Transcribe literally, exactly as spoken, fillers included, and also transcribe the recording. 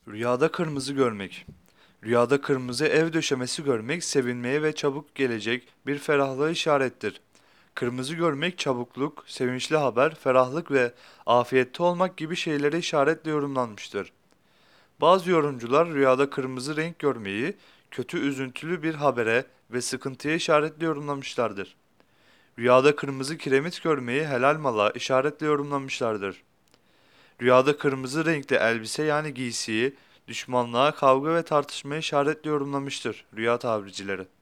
Rüyada kırmızı görmek. Rüyada kırmızı ev döşemesi görmek sevinmeye ve çabuk gelecek bir ferahlığa işarettir. Kırmızı görmek çabukluk, sevinçli haber, ferahlık ve afiyette olmak gibi şeylere işaretle yorumlanmıştır. Bazı yorumcular rüyada kırmızı renk görmeyi kötü üzüntülü bir habere ve sıkıntıya işaretle yorumlamışlardır. Rüyada kırmızı kiremit görmeyi helal mala işaretle yorumlamışlardır. Rüyada kırmızı renkli elbise yani giysiyi düşmanlığa, kavga ve tartışmaya işaretle yorumlamıştır rüya tabircileri.